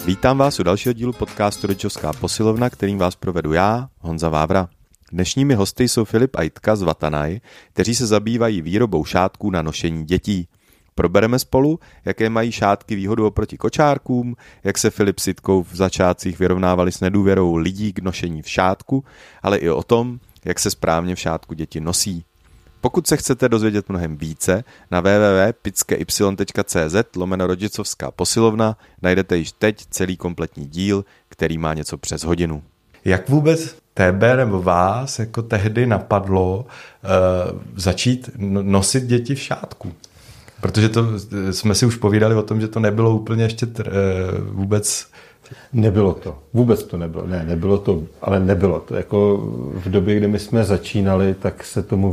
Vítám vás u dalšího dílu podcastu Rodičovská posilovna, kterým vás provedu já, Honza Vávra. Dnešními hosty jsou Filip a Jitka z Vatanaj, kteří se zabývají výrobou šátků na nošení dětí. Probereme spolu, jaké mají šátky výhodu oproti kočárkům, jak se Filip s Jitkou v začátcích vyrovnávali s nedůvěrou lidí k nošení v šátku, ale i o tom, jak se správně v šátku děti nosí. Pokud se chcete dozvědět mnohem více, na www.pitsky.cz/rodičovská posilovna najdete již teď celý kompletní díl, který má něco přes hodinu. Jak vůbec tebe nebo vás jako tehdy napadlo začít nosit děti v šátku? Protože to jsme si už povídali o tom, že to nebylo úplně ještě vůbec... Nebylo to. Vůbec to nebylo. Ne, nebylo to, ale nebylo to. Jako v době, kdy my jsme začínali, tak se tomu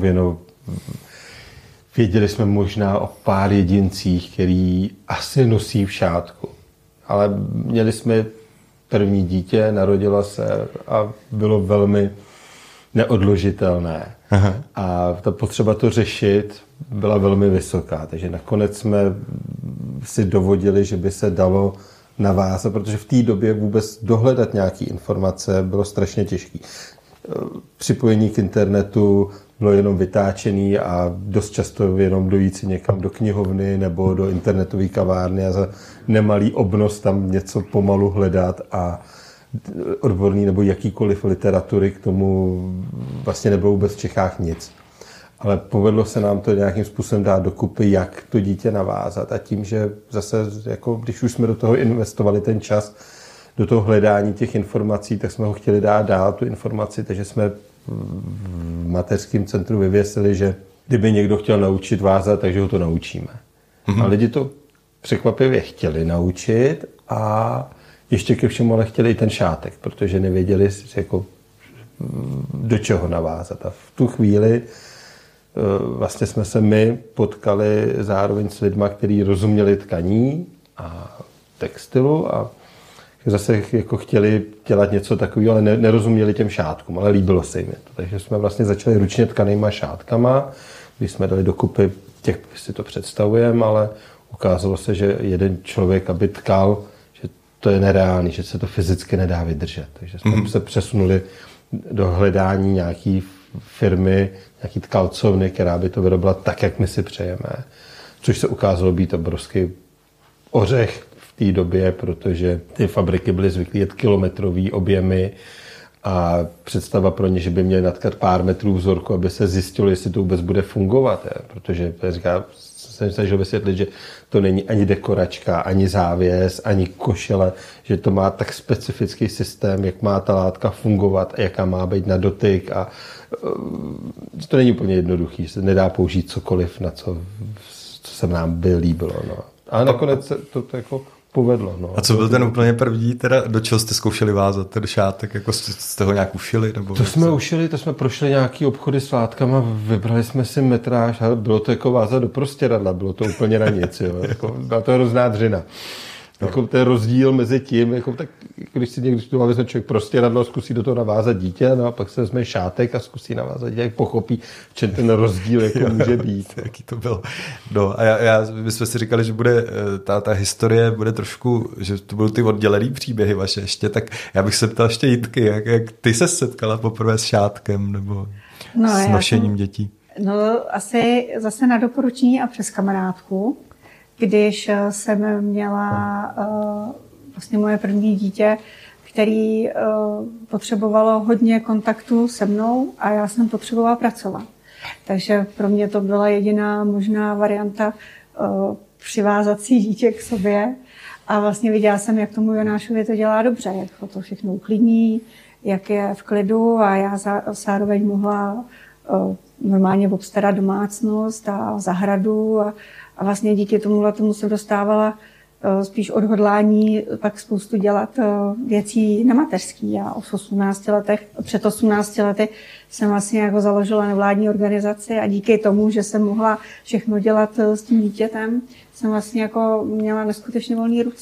věděli jsme možná o pár jedincích, který asi nosí v šátku. Ale měli jsme první dítě, narodila se a bylo velmi neodložitelné. Aha. A ta potřeba to řešit byla velmi vysoká. Takže nakonec jsme si dovodili, že by se dalo navázat, protože v té době vůbec dohledat nějaké informace bylo strašně těžké. Připojení k internetu bylo jenom vytáčený a dost často jenom dojít si někam do knihovny nebo do internetové kavárny a za nemalý obnos tam něco pomalu hledat a odborný nebo jakýkoliv literatury k tomu vlastně nebylo vůbec v Čechách nic. Ale povedlo se nám to nějakým způsobem dát dokupy, jak to dítě navázat. A tím, že zase, jako, když už jsme do toho investovali ten čas, do toho hledání těch informací, tak jsme ho chtěli dát dál, tu informaci, takže jsme v mateřském centru vyvěsili, že kdyby někdo chtěl naučit vázat, takže ho to naučíme. A lidi to překvapivě chtěli naučit a ještě ke všemu ale chtěli i ten šátek, protože nevěděli, jako, do čeho navázat. A v tu chvíli vlastně jsme se my potkali zároveň s lidma, kteří rozuměli tkaní a textilu a zase jako chtěli dělat něco takového, ale nerozuměli těm šátkům, ale líbilo se jim to. Takže jsme vlastně začali ručně tkanýma šátkama, když jsme dali dokupy těch, si to představujeme, ale ukázalo se, že jeden člověk, aby tkal, že to je nereálný, že se to fyzicky nedá vydržet. Takže jsme se přesunuli do hledání nějaký firmy, nějaký tkalcovny, která by to vyrobila tak, jak my si přejeme. Což se ukázalo být obrovský ořech v té době, protože ty fabriky byly zvyklé jet kilometrový objemy a představa pro ně, že by měli natkat pár metrů vzorku, aby se zjistilo, jestli to vůbec bude fungovat. Protože jsem snažil vysvětlit, že to není ani dekoračka, ani závěs, ani košile, že to má tak specifický systém, jak má ta látka fungovat a jaká má být na dotyk a to není úplně jednoduchý, se nedá použít cokoliv, na co se nám by líbilo. No. A nakonec se to jako povedlo. No. A co byl ten úplně první, teda do čeho jste zkoušeli vázat ten šátek, jako jste ho nějak ušili? Nebo to jsme ušili, to jsme prošli nějaký obchody s látkama, vybrali jsme si metráž, ale bylo to jako vázat do prostěradla, bylo to úplně na nic, jo. Jako, byla to hrozná dřina. Jako ten rozdíl mezi tím, jako tak, když si někdy tu vezme člověk prostěradlo, zkusí do toho navázat dítě, no a pak se vezme šátek a zkusí navázat dítě, jak pochopí, v čem ten rozdíl jako může být. Jaký to bylo. No a my jsme si říkali, že bude ta historie bude trošku, že to budou ty oddělený příběhy vaše ještě, tak já bych se ptal ještě Jitky, jak ty se setkala poprvé s šátkem nebo s nošením dětí? No asi zase na doporučení a přes kamarádku. Když jsem měla vlastně moje první dítě, který potřebovalo hodně kontaktu se mnou a já jsem potřebovala pracovat. Takže pro mě to byla jediná možná varianta přivázat si dítě k sobě a vlastně viděla jsem, jak tomu Jonášovi to dělá dobře, jak ho to všechno uklidní, jak je v klidu a já zároveň mohla normálně obstarat domácnost a zahradu a vlastně díky tomu se dostávala spíš odhodlání pak spoustu dělat věcí na mateřský. Já před 18 lety jsem vlastně jako založila nevládní organizaci a díky tomu, že jsem mohla všechno dělat s tím dítětem, jsem vlastně jako měla neskutečně volné ruce.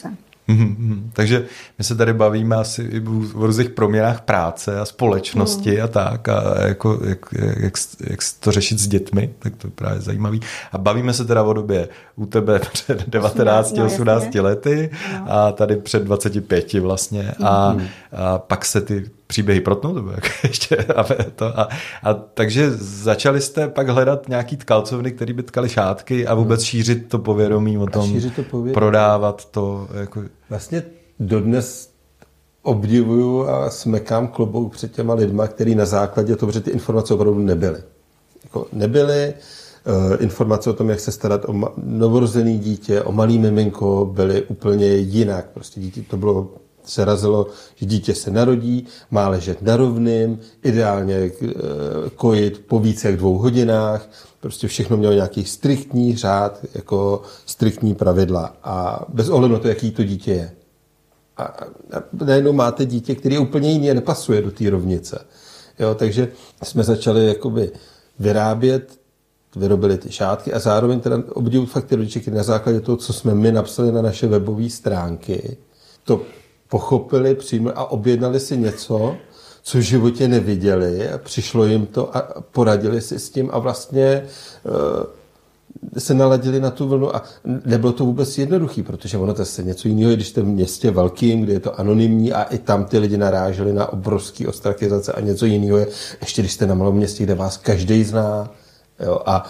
Takže my se tady bavíme asi i o různých proměnách práce a společnosti a tak a jako, jak to řešit s dětmi, tak to je právě zajímavý. A bavíme se teda o době u tebe před 19-18 lety a tady před 25 vlastně a pak se ty příběhy protnou, to bylo jako ještě a takže začali jste pak hledat nějaký tkalcovny, který by tkali šátky a vůbec šířit to povědomí o tom, prodávat to. Jako... Vlastně dodnes obdivuju a smekám klobouk před těma lidma, který na základě toho, že ty informace opravdu nebyly. Jako nebyly informace o tom, jak se starat o novorozený dítě, o malý miminko, byly úplně jinak. Prostě dítě to bylo se razilo, že dítě se narodí, má ležet na rovným, ideálně kojit po více jak 2 hodinách, prostě všechno mělo nějaký striktní řád, jako striktní pravidla a bez ohledu na to, jaký to dítě je. A najednou máte dítě, který je úplně jiný a nepasuje do té rovnice. Jo, takže jsme začali jakoby vyrobili ty šátky a zároveň teda obdivuji fakt ty rodiče, kteří na základě toho, co jsme my napsali na naše webové stránky, to pochopili, přijmuli a objednali si něco, co v životě neviděli a přišlo jim to a poradili si s tím a vlastně se naladili na tu vlnu a nebylo to vůbec jednoduchý, protože ono to je něco jiného, když jste v městě velkým, kde je to anonymní a i tam ty lidi naráželi na obrovský ostrakizace a něco jiného je, ještě když jste na malém městě, kde vás každý zná. Jo, a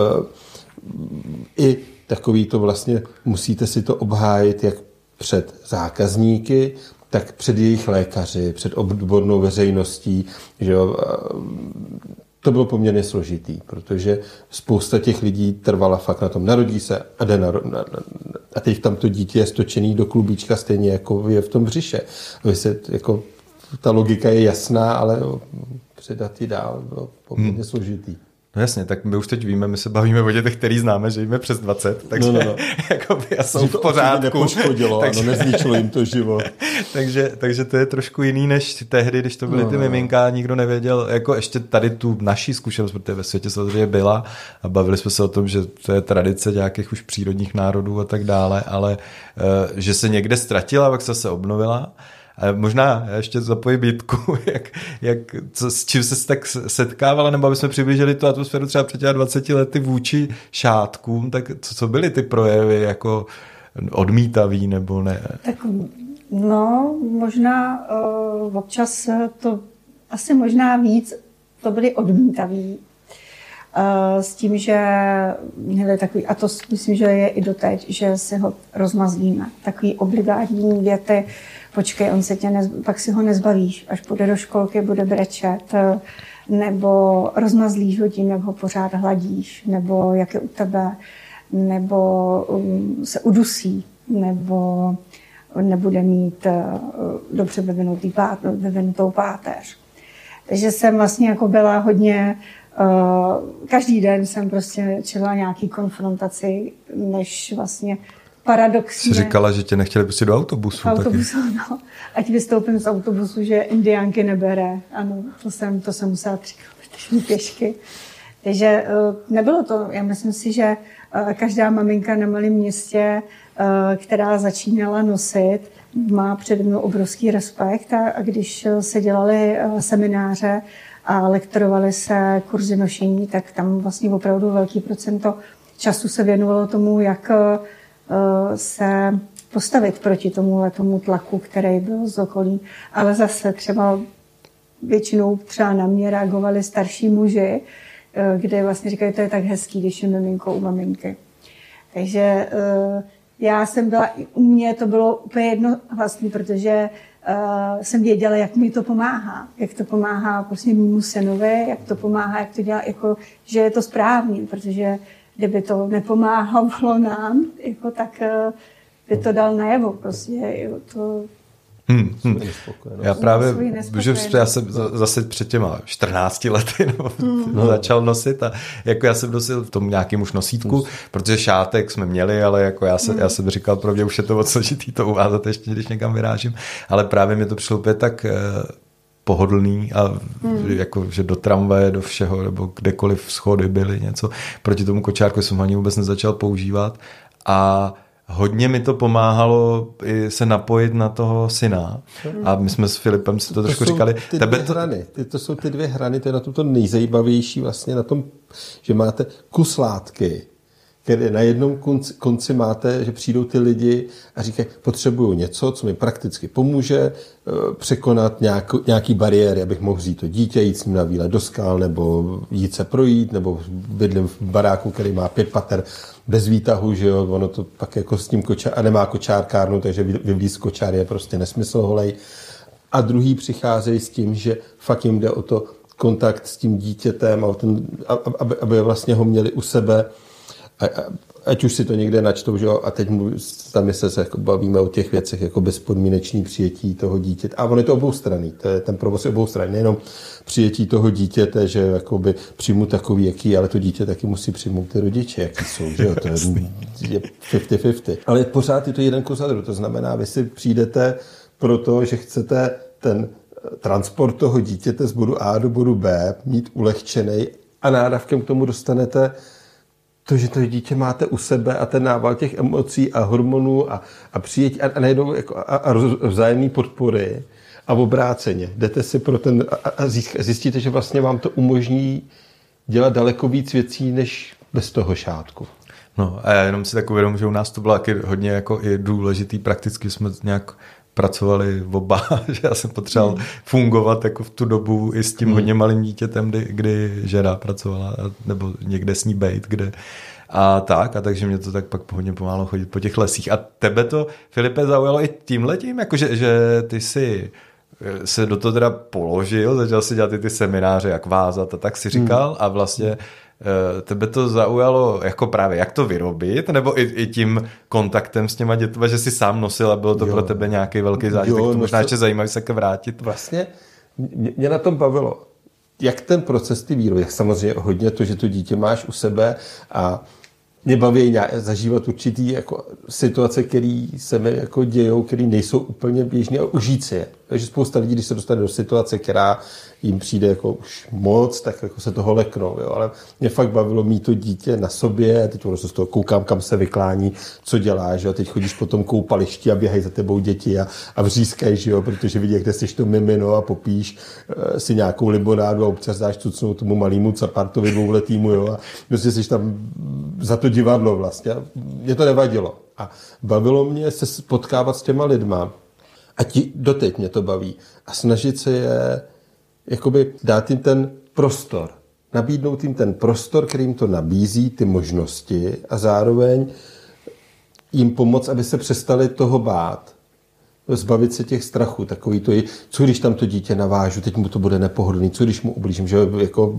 i takový to vlastně musíte si to obhájit jak před zákazníky, tak před jejich lékaři, před odbornou veřejností. Že jo. To bylo poměrně složitý, protože spousta těch lidí trvala fakt na tom. Narodí se a jde a teď tam to dítě je stočený do klubíčka stejně jako je v tom břiše. Jako, ta logika je jasná, ale předat ji dál bylo poměrně složitý. No jasně, tak my už teď víme, my se bavíme o dětech, který známe, že jim je přes 20, takže jakoby jsou v pořádku. Nepoškodilo, takže, nezničilo jim to život. takže to je trošku jiný než tehdy, když to byly ty miminka, nikdo nevěděl, jako ještě tady tu naší zkušenost, protože ve světě samozřejmě byla a bavili jsme se o tom, že to je tradice nějakých už přírodních národů a tak dále, ale že se někde ztratila, pak se obnovila. A možná ještě zapojím Jitku, s čím se tak setkávala, nebo aby jsme přiblížili tu atmosféru třeba před 20 lety vůči šátkům, tak co byly ty projevy jako odmítavý nebo ne? Tak no, možná občas to asi možná víc to byly odmítavý. S tím, že měli takový, a to myslím, že je i doteď, že si ho rozmazlíme. Takový obligátní věty, počkej, on se pak si ho nezbavíš, až půjde do školky, bude brečet, nebo rozmazlíš ho tím, jak ho pořád hladíš, nebo jak je u tebe, nebo se udusí, nebo nebude mít dobře vyvinutou páteř. Takže jsem vlastně jako byla hodně, každý den jsem prostě čelila nějaký konfrontaci, než vlastně paradoxně. Jsi říkala, že tě nechtěli pustit do autobusu. No. Ať vystoupím z autobusu, že indiánky nebere. Ano, to jsem musela 3 kilometry pěšky. Takže nebylo to. Já myslím si, že každá maminka na malém městě, která začínala nosit, má přede mnou obrovský respekt a když se dělaly semináře a lektorovaly se kurzy nošení, tak tam vlastně opravdu velký procento času se věnovalo tomu, jak se postavit proti tomu tlaku, který byl z okolí. Ale zase třeba většinou třeba na mě reagovali starší muži, kde vlastně říkají, to je tak hezký, když je miminko u maminky. Takže já jsem byla, u mě to bylo úplně jedno vlastně, protože jsem věděla, jak mi to pomáhá. Jak to pomáhá prostě mému synovi, jak to pomáhá, jak to dělá, jako, že je to správný, protože kdyby to nepomáhalo nám, jako, tak by to dal najevo. Prostě, to... Já právě, já jsem zase před těma 14 lety začal nosit a jako já jsem nosil v tom nějakým už nosítku, protože šátek jsme měli, ale jako já jsem říkal, pro mě už je to moc složitý to uvázat ještě, když někam vyrážím, ale právě mi to přišlo úplně tak pohodlný a jako, že do tramvaje, do všeho, nebo kdekoliv schody byly něco. Proti tomu kočárku jsem ani vůbec nezačal používat a hodně mi to pomáhalo i se napojit na toho syna. A my jsme s Filipem si to trošku říkali. To jsou ty dvě hrany, to je na tom to nejzajímavější vlastně na tom, že máte kus látky, kde na jednom konci máte, že přijdou ty lidi a říkají, potřebuju něco, co mi prakticky pomůže překonat nějaký bariéry, abych mohl vzít to dítě, jít s ním na výlet do skal, nebo jít se projít, nebo bydlím v baráku, který má 5 pater bez výtahu, že jo, ono to pak jako s tím a nemá kočárkárnu, takže vyvlíz kočár je prostě nesmysl holej. A druhý přicházejí s tím, že fakt jim jde o to kontakt s tím dítětem, aby vlastně ho měli u sebe, ať už si to někde načtou, že jo, a teď sami se jako bavíme o těch věcech jako bezpodmínečný přijetí toho dítěte. A on je to oboustranný, ten provoz je oboustranný, nejenom přijetí toho dítěte, že jakoby přijmu takový, jaký, ale to dítě taky musí přijmout ty rodiče, jaký jsou, že jo, to je 50-50. Ale pořád je to jeden kus za druhý, to znamená, vy si přijdete proto, že chcete ten transport toho dítěte z bodu A do bodu B mít ulehčený a nádavkem k tomu dostanete to, že to dítě máte u sebe a ten nával těch emocí a hormonů a přijetí a najednou jako a vzájemné podpory a obráceně. Jdete si pro ten a zjistíte, že vlastně vám to umožní dělat daleko víc věcí, než bez toho šátku. No a já jenom si tak uvědomím, že u nás to bylo taky hodně jako i důležitý, prakticky jsme nějak pracovali oba, že já jsem potřeboval fungovat jako v tu dobu i s tím hodně malým dítětem, kdy žena pracovala, nebo někde s ní bejt, kde a takže mě to tak pak hodně pomáhalo chodit po těch lesích. A tebe to, Filipe, zaujalo i tímhletím, jakože že ty si se do toho teda položil, začal si dělat ty semináře, jak vázat a tak si říkal a vlastně tebe to zaujalo jako právě jak to vyrobit, nebo i tím kontaktem s těma dětma, že si sám nosil a bylo to pro tebe nějaký velký zážitek, to možná ještě zajímavý se vrátit. Vlastně mě na tom bavilo, jak ten proces ty výroby, jak samozřejmě hodně to, že to dítě máš u sebe a mě baví zažívat určitý jako situace, které se mi jako dějou, které nejsou úplně běžné a užít si je. Takže spousta lidí, když se dostane do situace, která jim přijde jako už moc, tak jako se toho leknou. Jo. Ale mě fakt bavilo mít to dítě na sobě a teď z toho koukám, kam se vyklání, co děláš. Jo. Teď chodíš po tom koupališti a běhají za tebou děti a vřískají, jo, protože vidí, jak kde jsi to mimino a popíš si nějakou limonádu a občas dáš cucnout tomu malému capartovi dvouletýmu. Jo. A prostě jsi tam za to divadlo vlastně. Mě to nevadilo. A bavilo mě se potkávat s těma lidma. A doteď mě to baví. A snažit se je jakoby dát jim ten prostor. Nabídnout jim ten prostor, který jim to nabízí, ty možnosti a zároveň jim pomoct, aby se přestali toho bát. Zbavit se těch strachů. Takový to je, co když tam to dítě navážu, teď mu to bude nepohodlný, co když mu ublížím, že jako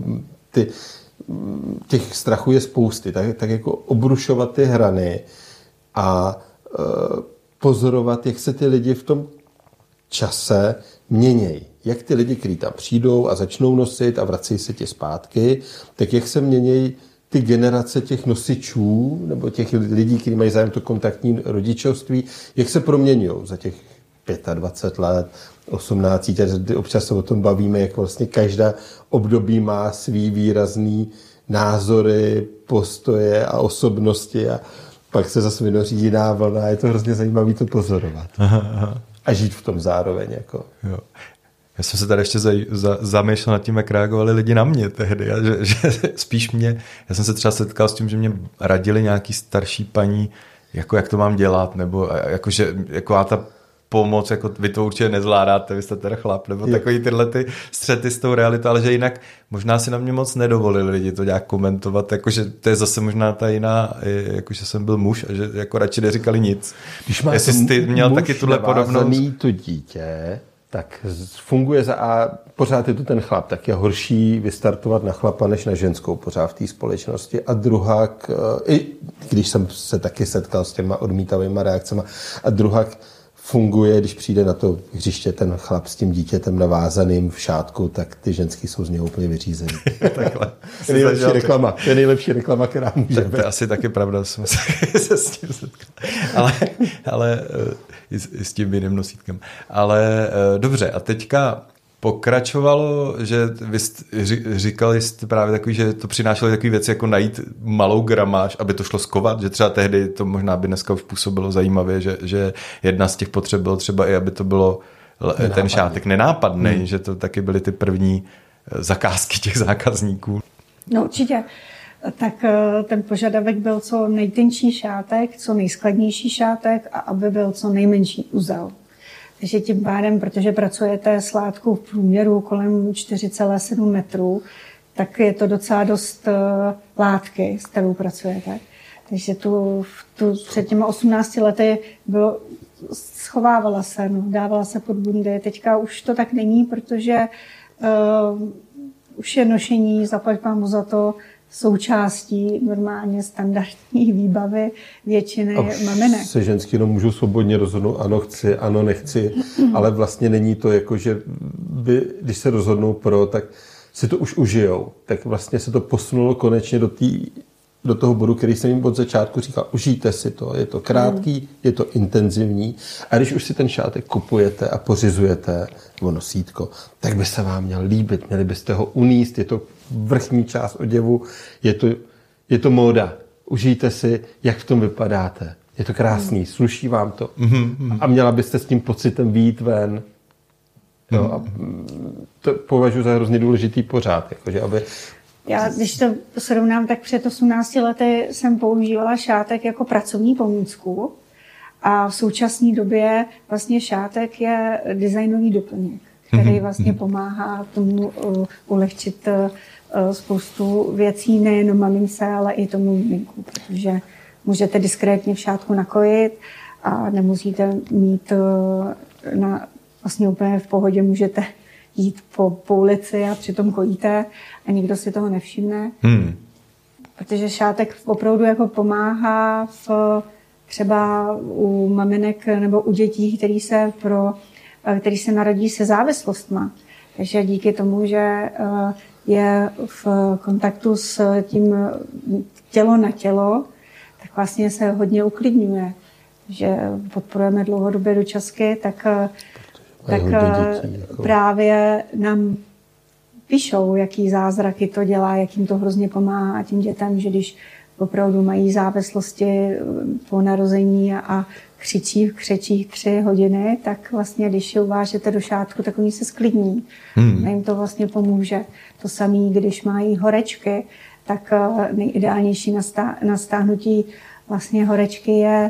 těch strachů je spousty. Tak jako obrušovat ty hrany a pozorovat, jak se ty lidi v tom čase měnějí. Jak ty lidi, kteří tam přijdou a začnou nosit a vracejí se ti zpátky, tak jak se měnějí ty generace těch nosičů nebo těch lidí, kteří mají zájem to kontaktní rodičovství, jak se proměňují za těch 25 let, 18, občas se o tom bavíme, jak vlastně každá období má svý výrazný názory, postoje a osobnosti a pak se zase vynoří jiná vlna a je to hrozně zajímavé to pozorovat. Aha. A žít v tom zároveň. Jako. Jo. Já jsem se tady ještě zamýšlel nad tím, jak reagovali lidi na mě tehdy. Že spíš já jsem se třeba setkal s tím, že mě radili nějaký starší paní, jako jak to mám dělat, nebo jako ta pomoc, jako vy to určitě nezvládáte, vy jste teda chlap, nebo takový tyhle ty střety s tou realitou, ale že jinak možná si na mě moc nedovolili lidi to nějak komentovat, jakože to je zase možná ta jiná, jakože jsem byl muž a že jako radši neříkali nic. Když máš ty měl taky tuhle podobnou to dítě, tak funguje a pořád je to ten chlap, tak je horší vystartovat na chlapa než na ženskou pořád v té společnosti. A druhák, i když jsem se taky setkal s těma odmítavýma reakcemi, a druhák funguje, když přijde na to hřiště ten chlap s tím dítětem navázaným v šátku, tak ty ženský jsou z něho úplně vyřízený. Takhle. To je nejlepší reklama, která může být. To je asi taky pravda, jsme se s tím setkali. Ale i s tím jiným nosítkem. Ale dobře, a teďka pokračovalo, že vy říkali jste právě takový, že to přinášelo takové věci, jako najít malou gramáž, aby to šlo skovat, že třeba tehdy to možná by dneska už působilo zajímavě, že jedna z těch potřeb bylo třeba i, aby to bylo ten šátek nenápadný, že to taky byly ty první zakázky těch zákazníků. No určitě. Tak ten požadavek byl co nejtenčí šátek, co nejskladnější šátek a aby byl co nejmenší uzel. Takže tím pádem, protože pracujete s látkou v průměru kolem 4,7 metrů, tak je to docela dost látky, s kterou pracujete. Takže tu před těmi 18 lety schovávala se, dávala se pod bundy. Teďka už to tak není, protože už je nošení, zaplať pámu za to, součástí normálně standardní výbavy většiny maminek. Se ženský jenom můžou svobodně rozhodnout, ano chci, ano nechci, ale vlastně není to jako, že když se rozhodnou pro, tak si to už užijou. Tak vlastně se to posunulo konečně do toho bodu, který jsem jim od začátku říkal, užijte si to, je to krátký, je to intenzivní a když už si ten šátek kupujete a pořizujete, nebo nosítko, tak by se vám měl líbit, měli byste ho uníst, je to vrchní část oděvu, je to móda. Užijte si, jak v tom vypadáte. Je to krásný, sluší vám to. A měla byste s tím pocitem vyjít ven. Jo, a to považuji za hrozně důležitý pořád, jakože aby... Já, když to srovnám, tak před 18 lety jsem používala šátek jako pracovní pomůcku a v současné době vlastně šátek je designový doplněk, který vlastně pomáhá tomu ulehčit spoustu věcí, nejenom mamince, ale i tomu miminku, protože můžete diskrétně v šátku nakojit a nemusíte mít vlastně úplně v pohodě, můžete jít po ulici a přitom kojíte a nikdo si toho nevšimne. Protože šátek opravdu jako pomáhá třeba u maminek nebo u dětí, který se narodí se závislostma. Takže díky tomu, že je v kontaktu s tím tělo na tělo, tak vlastně se hodně uklidňuje. Že podporujeme dlouhodobě dočasky, tak právě nám píšou, jaký zázraky to dělá, jak jim to hrozně pomáhá těm dětem, že když opravdu mají závislosti po narození a křečí 3 hodiny, tak vlastně, když je uvážete do šátku, tak oni se sklidní. A jim to vlastně pomůže. To samé, když mají horečky, tak nejideálnější na stáhnutí vlastně horečky je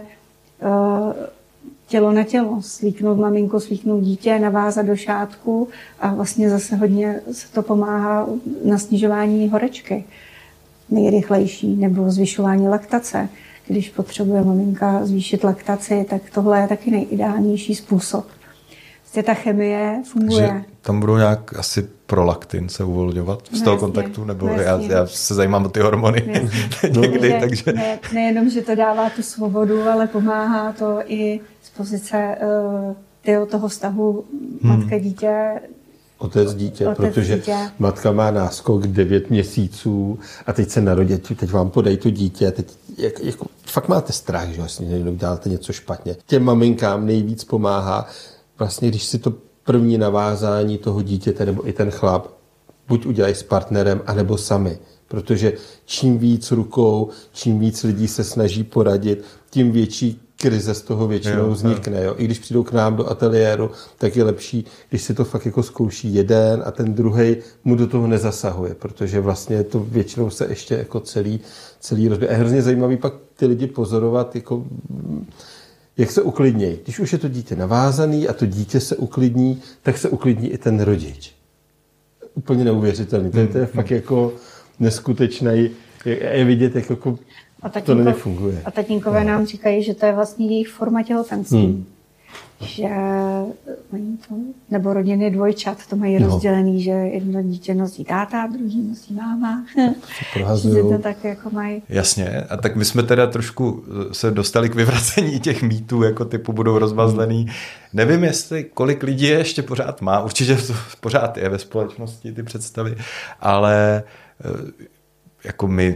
tělo na tělo, svíknout maminku, svíknout dítě, navázat do šátku a vlastně zase hodně se to pomáhá na snižování horečky. Nejrychlejší, nebo zvyšování laktace. Když potřebuje maminka zvýšit laktaci, tak tohle je taky nejideálnější způsob. Vlastně ta chemie funguje. Takže tam budou nějak asi prolaktin se uvolňovat z toho kontaktu, nebo já se zajímám o ty hormony někdy, takže... Nejenom, že to dává tu svobodu, ale pomáhá to i z pozice toho vztahu matka-dítě, Otec dítě, protože matka má náskok 9 měsíců a teď se narodí, teď vám podají to dítě a teď jako, fakt máte strach, že vlastně uděláte něco špatně. Těm maminkám nejvíc pomáhá vlastně, když si to první navázání toho dítěte nebo i ten chlap buď udělají s partnerem, anebo sami. Protože čím víc rukou, čím víc lidí se snaží poradit, tím větší krize z toho většinou vznikne. Jo. I když přijdou k nám do ateliéru, tak je lepší, když si to fakt jako zkouší jeden a ten druhej mu do toho nezasahuje, protože vlastně to většinou se ještě jako celý rozběh. A je hrozně zajímavý pak ty lidi pozorovat, jako, jak se uklidnějí. Když už je to dítě navázaný a to dítě se uklidní, tak se uklidní i ten rodič. Úplně neuvěřitelný. To je fakt jako neskutečný. Je vidět, jak jako to nefunguje. A tatínkové nám říkají, že to je vlastně jejich forma těhotenství. Že mají to, nebo rodiny dvojčat to mají rozdělený, že jedno dítě nosí táta, druhý nosí máma. Že to tak jako mají. Jasně, a tak my jsme teda trošku se dostali k vyvracení těch mýtů, jako typu budou rozmazlený. Nevím, jestli kolik lidí ještě pořád má, určitě to pořád je ve společnosti ty představy, ale jako my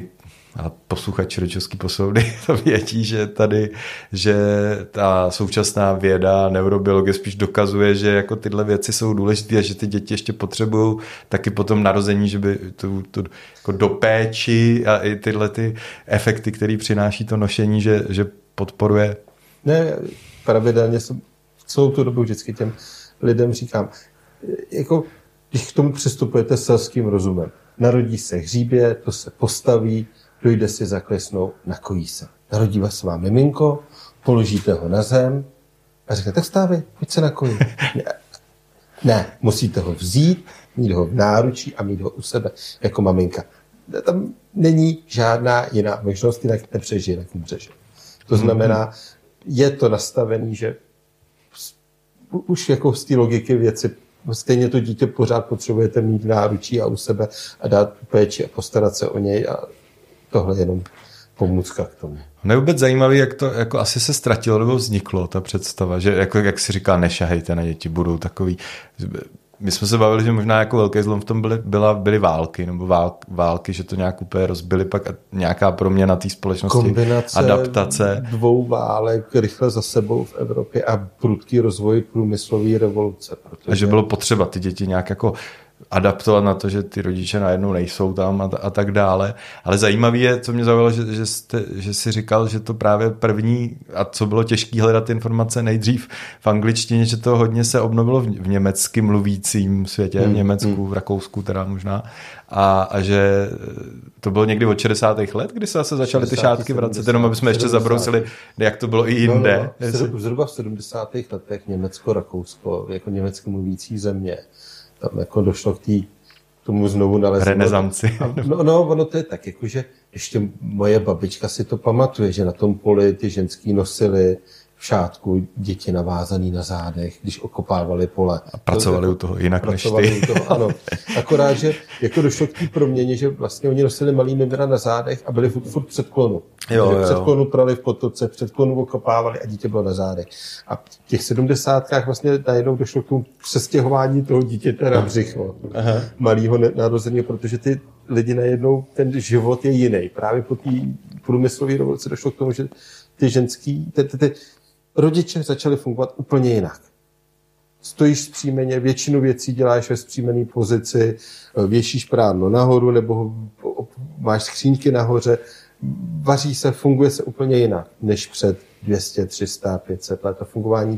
A posluchači Rodičovské posilovny to vědí, že ta současná věda, neurobiologie spíš dokazuje, že jako tyhle věci jsou důležité a že ty děti ještě potřebují taky po tom narození, že by tu jako do péči a i tyhle ty efekty, které přináší to nošení, že podporuje. Ne, pravidelně celou tu dobu vždycky těm lidem říkám, jako když k tomu přistupujete selským rozumem. Narodí se hříbě, to se postaví, dojde si zaklesnout, nakojí se. Narodí se vám miminko, položíte ho na zem a řekne, tak vstávej, pojď se nakojit. Ne, musíte ho vzít, mít ho v náručí a mít ho u sebe jako maminka. Tam není žádná jiná možnost, jinak nepřežije, jinak umřeš. To znamená, je to nastavený, že už jako z té logiky věci stejně to dítě pořád potřebujete mít v náručí a u sebe a dát péči a postarat se o něj a tohle je jenom pomůcka k tomu. Je vůbec zajímavý, jak to jako asi se ztratilo nebo vzniklo ta představa, že jako, jak si říká, nešahejte na děti, budou takový. My jsme se bavili, že možná jako velký zlom v tom byly války, nebo války, že to nějak úplně rozbili, pak nějaká proměna té společnosti, kombinace adaptace. 2 válek rychle za sebou v Evropě a prudký rozvoj průmyslové revoluce. A že bylo potřeba ty děti nějak jako adaptovat na to, že ty rodiče najednou nejsou tam a tak dále. Ale zajímavý je, co mě zaujalo, že jsi říkal, že to právě první, a co bylo těžké hledat informace nejdřív v angličtině, že to hodně se obnovilo v německy mluvícím světě, v Německu, v Rakousku teda možná. A že to bylo někdy od 60. let, kdy se zase začaly ty šátky vracet, jenom aby jsme ještě zabrousili, jak to bylo i jinde. Zhruba v 70. letech Německo, Rakousko, jako německy mluvící země, tam jako došlo k tomu znovu nalezení. Renesanci. Ono to je tak, jakože ještě moje babička si to pamatuje, že na tom poli ty ženský nosily v šátku děti navázaný na zádech, když okopávali pole. A pracovali u toho jinak než ty. Ano. Akorát, že jako došlo k té proměně, že vlastně oni nosili malý mimira na zádech a byli furt předklonu. Předklonu prali v potoce, předklonu okopávali a dítě bylo na zádech. A v těch 70kách vlastně najednou došlo k tomu přestěhování toho dítěte na břicho. Malýho narozeného, protože ty lidi najednou, ten život je jiný. Právě po té průmyslové revoluci došlo k tomu, že ty ženský, ty rodiče začaly fungovat úplně jinak. Stojíš vzpřímeně, většinu věcí děláš ve vzpřímené pozici, věšíš prádlo nahoru nebo máš skříňky nahoře, vaří se, funguje se úplně jinak, než před 200, 300, 500 let. A fungování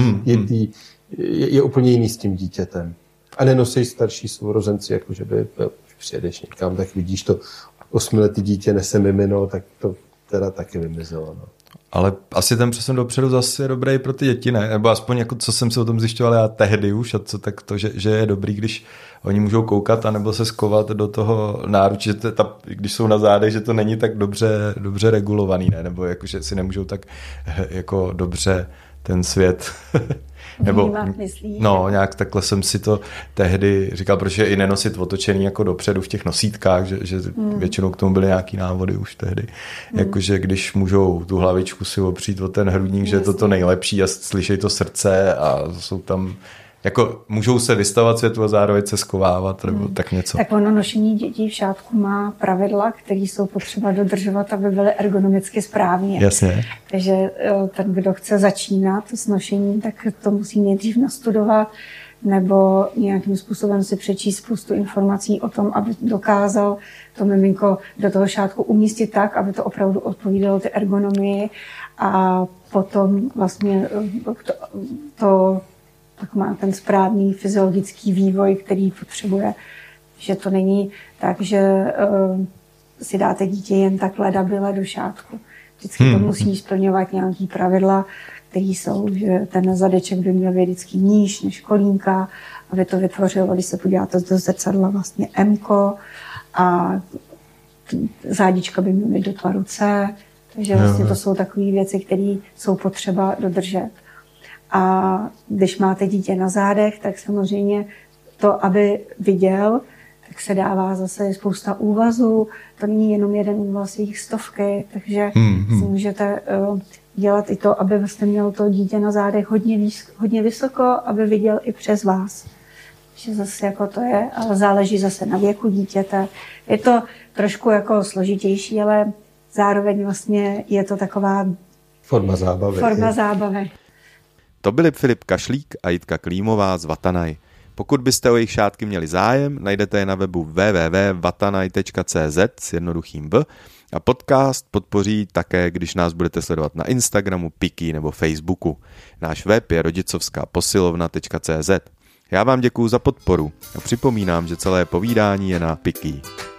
je úplně jiný s tím dítětem. A nenosí starší sourozenci, jakože by přijedeš někam, tak vidíš to 8letý dítě nese mimino, tak to teda taky vymizelo. No. Ale asi ten přesun dopředu zase je dobrý pro ty děti, ne? Nebo aspoň jako co jsem si o tom zjišťoval já tehdy už, a co tak to, že je dobrý, když oni můžou koukat anebo se skovat do toho náručí, že když jsou na zádech, že to není tak dobře regulovaný, ne? Nebo jako, že si nemůžou tak jako dobře ten svět nebo nějak takhle jsem si to tehdy říkal, proč je i nenosit otočený jako dopředu v těch nosítkách, že většinou k tomu byly nějaký návody už tehdy. Jakože když můžou tu hlavičku si opřít o ten hrudník, že je to nejlepší a slyšej to srdce a jsou tam jako můžou se vystavovat světu a zároveň se skovávat nebo tak něco. Tak ono nošení dětí v šátku má pravidla, které jsou potřeba dodržovat, aby byly ergonomicky správně. Jasně. Takže ten, kdo chce začínat s nošením, tak to musí nejdřív nastudovat nebo nějakým způsobem si přečíst spoustu informací o tom, aby dokázal to miminko do toho šátku umístit tak, aby to opravdu odpovídalo té ergonomii a potom vlastně to tak má ten správný fyziologický vývoj, který potřebuje. Že to není tak, že si dáte dítě jen tak ledabyle do šátku. Vždycky to musí splňovat nějaký pravidla, které jsou, že ten zadeček by měl být vždycky níž než kolínka, aby to vytvořilo, když se podíváte do zrcadla, vlastně M-ko a zádička by měla být do tvaru C. Takže vlastně to jsou takové věci, které jsou potřeba dodržet. A když máte dítě na zádech, tak samozřejmě to, aby viděl, tak se dává zase spousta úvazů. To není jenom jeden úvaz, jich stovky, takže si můžete dělat i to, aby vlastně mělo to dítě na zádech hodně vysoko, aby viděl i přes vás. že zase jako to je, ale záleží zase na věku dítěte. Je to trošku jako složitější, ale zároveň vlastně je to taková forma zábavy. To byli Filip Kašlík a Jitka Klímová z Vatanaj. Pokud byste o jejich šátky měli zájem, najdete je na webu www.vatanaj.cz s jednoduchým V a podcast podpoří také, když nás budete sledovat na Instagramu, Piki nebo Facebooku. Náš web je rodicovskaposilovna.cz. Já vám děkuju za podporu a připomínám, že celé povídání je na Piki.